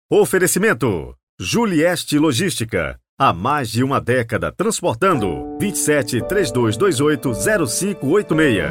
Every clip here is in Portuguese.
Oferecimento: Julieste Logística. Há mais de uma década transportando. 27-3228-0586.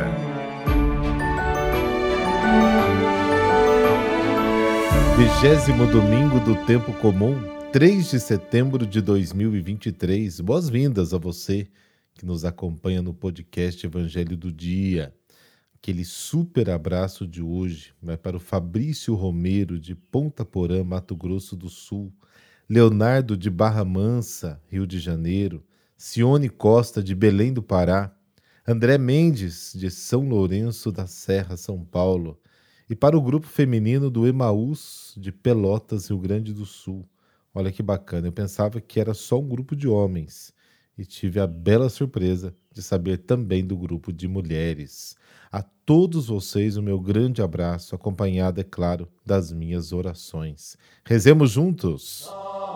Vigésimo domingo do tempo comum, 3 de setembro de 2023. Boas-vindas a você que nos acompanha no podcast Evangelho do Dia. Aquele super abraço de hoje vai para o Fabrício Romero, de Ponta Porã, Mato Grosso do Sul, Leonardo de Barra Mansa, Rio de Janeiro, Cione Costa, de Belém do Pará, André Mendes, de São Lourenço da Serra, São Paulo, e para o grupo feminino do Emaús, de Pelotas, Rio Grande do Sul. Olha que bacana, eu pensava que era só um grupo de homens e tive a bela surpresa de saber também do grupo de mulheres. A todos vocês o meu grande abraço, acompanhado, é claro, das minhas orações. Rezemos juntos!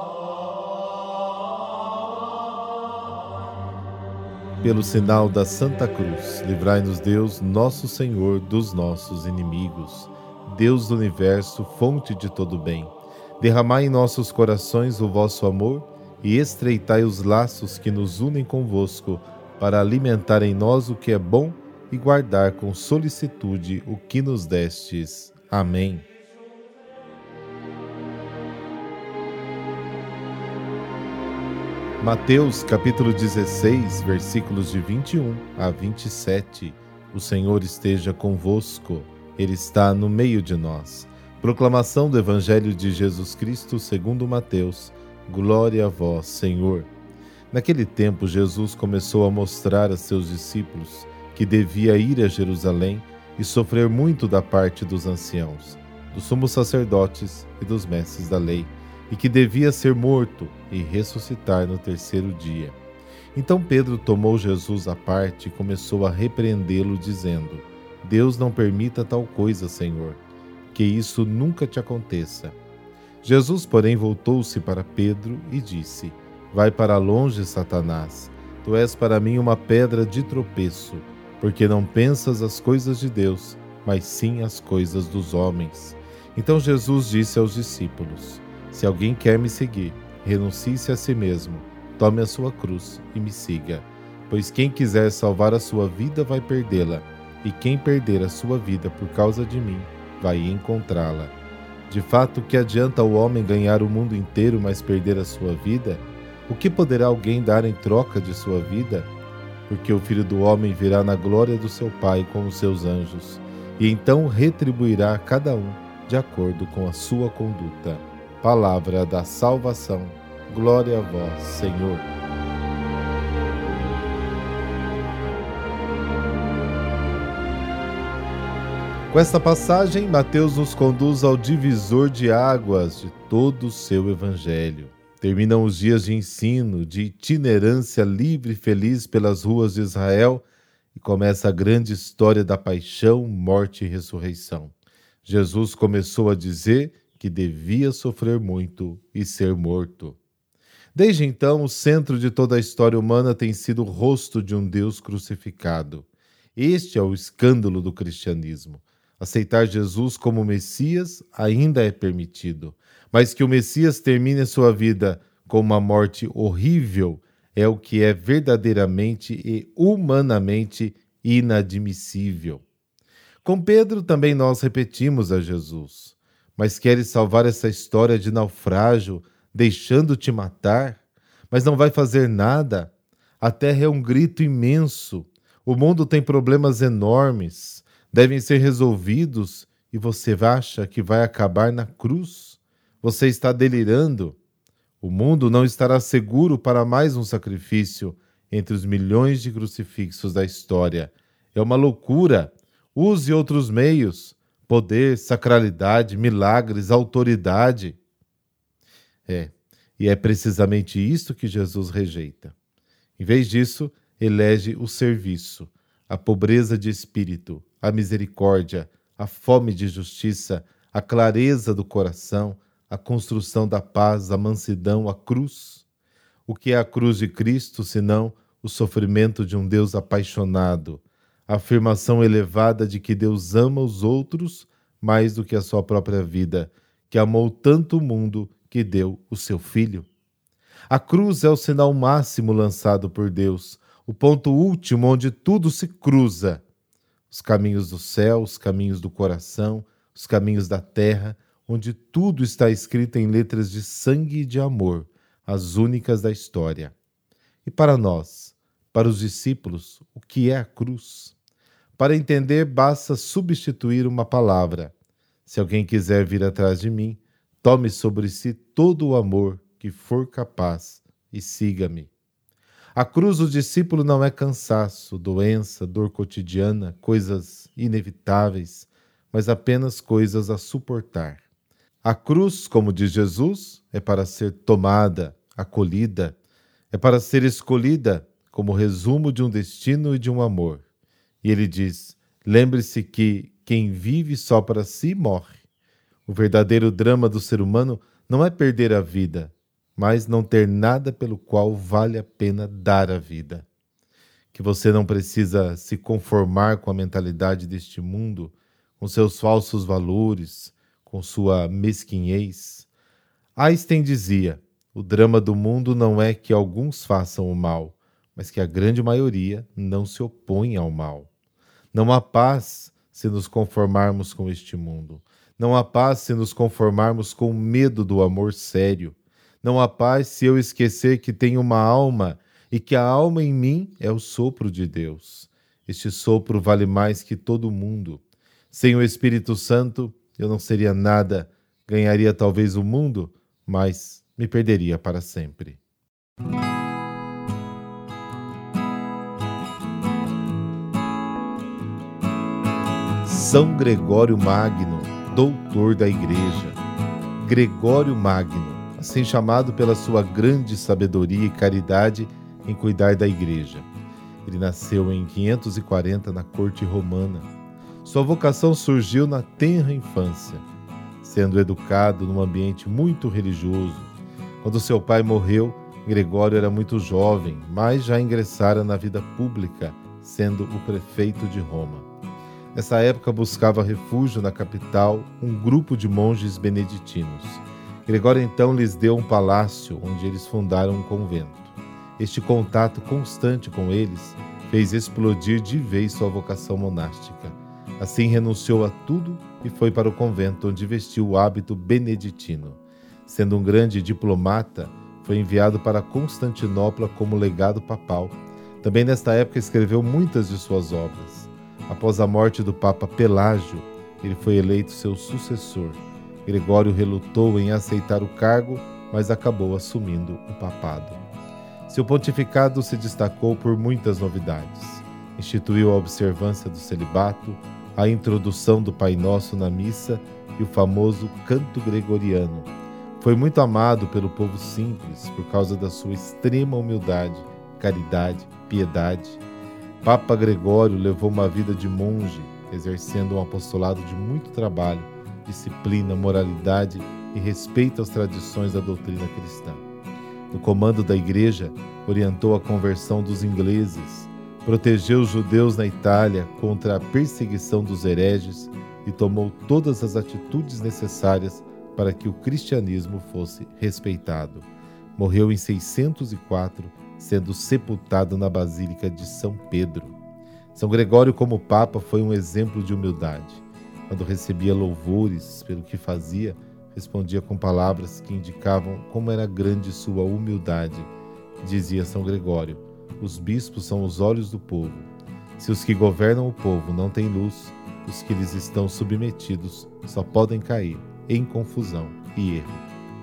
Pelo sinal da Santa Cruz, livrai-nos Deus, nosso Senhor, dos nossos inimigos. Deus do universo, fonte de todo bem, derramai em nossos corações o vosso amor e estreitai os laços que nos unem convosco, para alimentar em nós o que é bom e guardar com solicitude o que nos destes. Amém. Mateus capítulo 16, versículos de 21 a 27. O Senhor esteja convosco, Ele está no meio de nós. Proclamação do Evangelho de Jesus Cristo segundo Mateus. Glória a vós, Senhor. Naquele tempo, Jesus começou a mostrar a seus discípulos que devia ir a Jerusalém e sofrer muito da parte dos anciãos, dos sumos sacerdotes e dos mestres da lei, e que devia ser morto e ressuscitar no terceiro dia. Então Pedro tomou Jesus à parte e começou a repreendê-lo, dizendo: Deus não permita tal coisa, Senhor, que isso nunca te aconteça. Jesus, porém, voltou-se para Pedro e disse: Vai para longe, Satanás, tu és para mim uma pedra de tropeço, porque não pensas as coisas de Deus, mas sim as coisas dos homens. Então Jesus disse aos discípulos: Se alguém quer me seguir, renuncie-se a si mesmo, tome a sua cruz e me siga. Pois quem quiser salvar a sua vida vai perdê-la, e quem perder a sua vida por causa de mim vai encontrá-la. De fato, que adianta o homem ganhar o mundo inteiro, mas perder a sua vida? O que poderá alguém dar em troca de sua vida? Porque o Filho do Homem virá na glória do seu Pai com os seus anjos, e então retribuirá a cada um de acordo com a sua conduta. Palavra da salvação. Glória a vós, Senhor. Com esta passagem, Mateus nos conduz ao divisor de águas de todo o seu Evangelho. Terminam os dias de ensino, de itinerância livre e feliz pelas ruas de Israel, e começa a grande história da paixão, morte e ressurreição. Jesus começou a dizer que devia sofrer muito e ser morto. Desde então, o centro de toda a história humana tem sido o rosto de um Deus crucificado. Este é o escândalo do cristianismo. Aceitar Jesus como Messias ainda é permitido, mas que o Messias termine a sua vida com uma morte horrível é o que é verdadeiramente e humanamente inadmissível. Com Pedro também nós repetimos a Jesus: Mas queres salvar essa história de naufrágio, deixando-te matar? Mas não vai fazer nada? A terra é um grito imenso, o mundo tem problemas enormes, devem ser resolvidos, e você acha que vai acabar na cruz? Você está delirando? O mundo não estará seguro para mais um sacrifício entre os milhões de crucifixos da história. É uma loucura. Use outros meios: poder, sacralidade, milagres, autoridade. E é precisamente isto que Jesus rejeita. Em vez disso, elege o serviço, a pobreza de espírito, a misericórdia, a fome de justiça, a clareza do coração, a construção da paz, a mansidão, a cruz. O que é a cruz de Cristo, senão o sofrimento de um Deus apaixonado, a afirmação elevada de que Deus ama os outros mais do que a sua própria vida, que amou tanto o mundo que deu o seu Filho. A cruz é o sinal máximo lançado por Deus, o ponto último onde tudo se cruza. Os caminhos do céu, os caminhos do coração, os caminhos da terra, onde tudo está escrito em letras de sangue e de amor, as únicas da história. E para nós, para os discípulos, o que é a cruz? Para entender, basta substituir uma palavra. Se alguém quiser vir atrás de mim, tome sobre si todo o amor que for capaz e siga-me. A cruz do discípulo não é cansaço, doença, dor cotidiana, coisas inevitáveis, mas apenas coisas a suportar. A cruz, como diz Jesus, é para ser tomada, acolhida, é para ser escolhida como resumo de um destino e de um amor. E ele diz: lembre-se que quem vive só para si morre. O verdadeiro drama do ser humano não é perder a vida, mas não ter nada pelo qual vale a pena dar a vida. Que você não precisa se conformar com a mentalidade deste mundo, com seus falsos valores, com sua mesquinhez. Einstein dizia: o drama do mundo não é que alguns façam o mal, mas que a grande maioria não se opõe ao mal. Não há paz se nos conformarmos com este mundo. Não há paz se nos conformarmos com medo do amor sério. Não há paz se eu esquecer que tenho uma alma e que a alma em mim é o sopro de Deus. Este sopro vale mais que todo mundo. Sem o Espírito Santo, eu não seria nada, ganharia talvez o mundo, mas me perderia para sempre. São Gregório Magno, doutor da Igreja. Gregório Magno, assim chamado pela sua grande sabedoria e caridade em cuidar da Igreja. Ele nasceu em 540 na corte romana. Sua vocação surgiu na tenra infância, sendo educado num ambiente muito religioso. Quando seu pai morreu, Gregório era muito jovem, mas já ingressara na vida pública, sendo o prefeito de Roma. Nessa época buscava refúgio na capital um grupo de monges beneditinos. Gregório então lhes deu um palácio onde eles fundaram um convento. Este contato constante com eles fez explodir de vez sua vocação monástica. Assim renunciou a tudo e foi para o convento onde vestiu o hábito beneditino. Sendo um grande diplomata, foi enviado para Constantinopla como legado papal. Também nesta época escreveu muitas de suas obras. Após a morte do Papa Pelágio, ele foi eleito seu sucessor. Gregório relutou em aceitar o cargo, mas acabou assumindo o papado. Seu pontificado se destacou por muitas novidades. Instituiu a observância do celibato, a introdução do Pai Nosso na missa e o famoso canto gregoriano. Foi muito amado pelo povo simples por causa da sua extrema humildade, caridade, piedade. Papa Gregório levou uma vida de monge, exercendo um apostolado de muito trabalho, disciplina, moralidade e respeito às tradições da doutrina cristã. No comando da Igreja, orientou a conversão dos ingleses, protegeu os judeus na Itália contra a perseguição dos hereges e tomou todas as atitudes necessárias para que o cristianismo fosse respeitado. Morreu em 604, sendo sepultado na Basílica de São Pedro. São Gregório, como Papa, foi um exemplo de humildade. Quando recebia louvores pelo que fazia, respondia com palavras que indicavam como era grande sua humildade. Dizia São Gregório: os bispos são os olhos do povo. Se os que governam o povo não têm luz, os que lhes estão submetidos só podem cair em confusão e erro.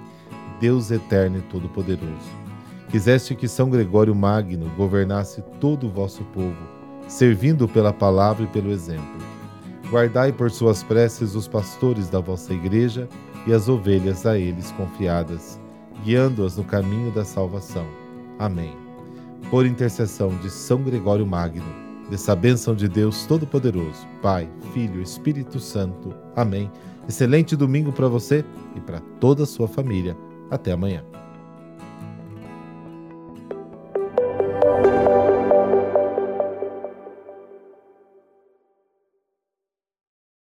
Deus eterno e todo-poderoso, quiseste que São Gregório Magno governasse todo o vosso povo, servindo pela palavra e pelo exemplo. Guardai por suas preces os pastores da vossa Igreja e as ovelhas a eles confiadas, guiando-as no caminho da salvação. Amém. Por intercessão de São Gregório Magno, dessa bênção de Deus Todo-Poderoso, Pai, Filho e Espírito Santo. Amém. Excelente domingo para você e para toda a sua família. Até amanhã.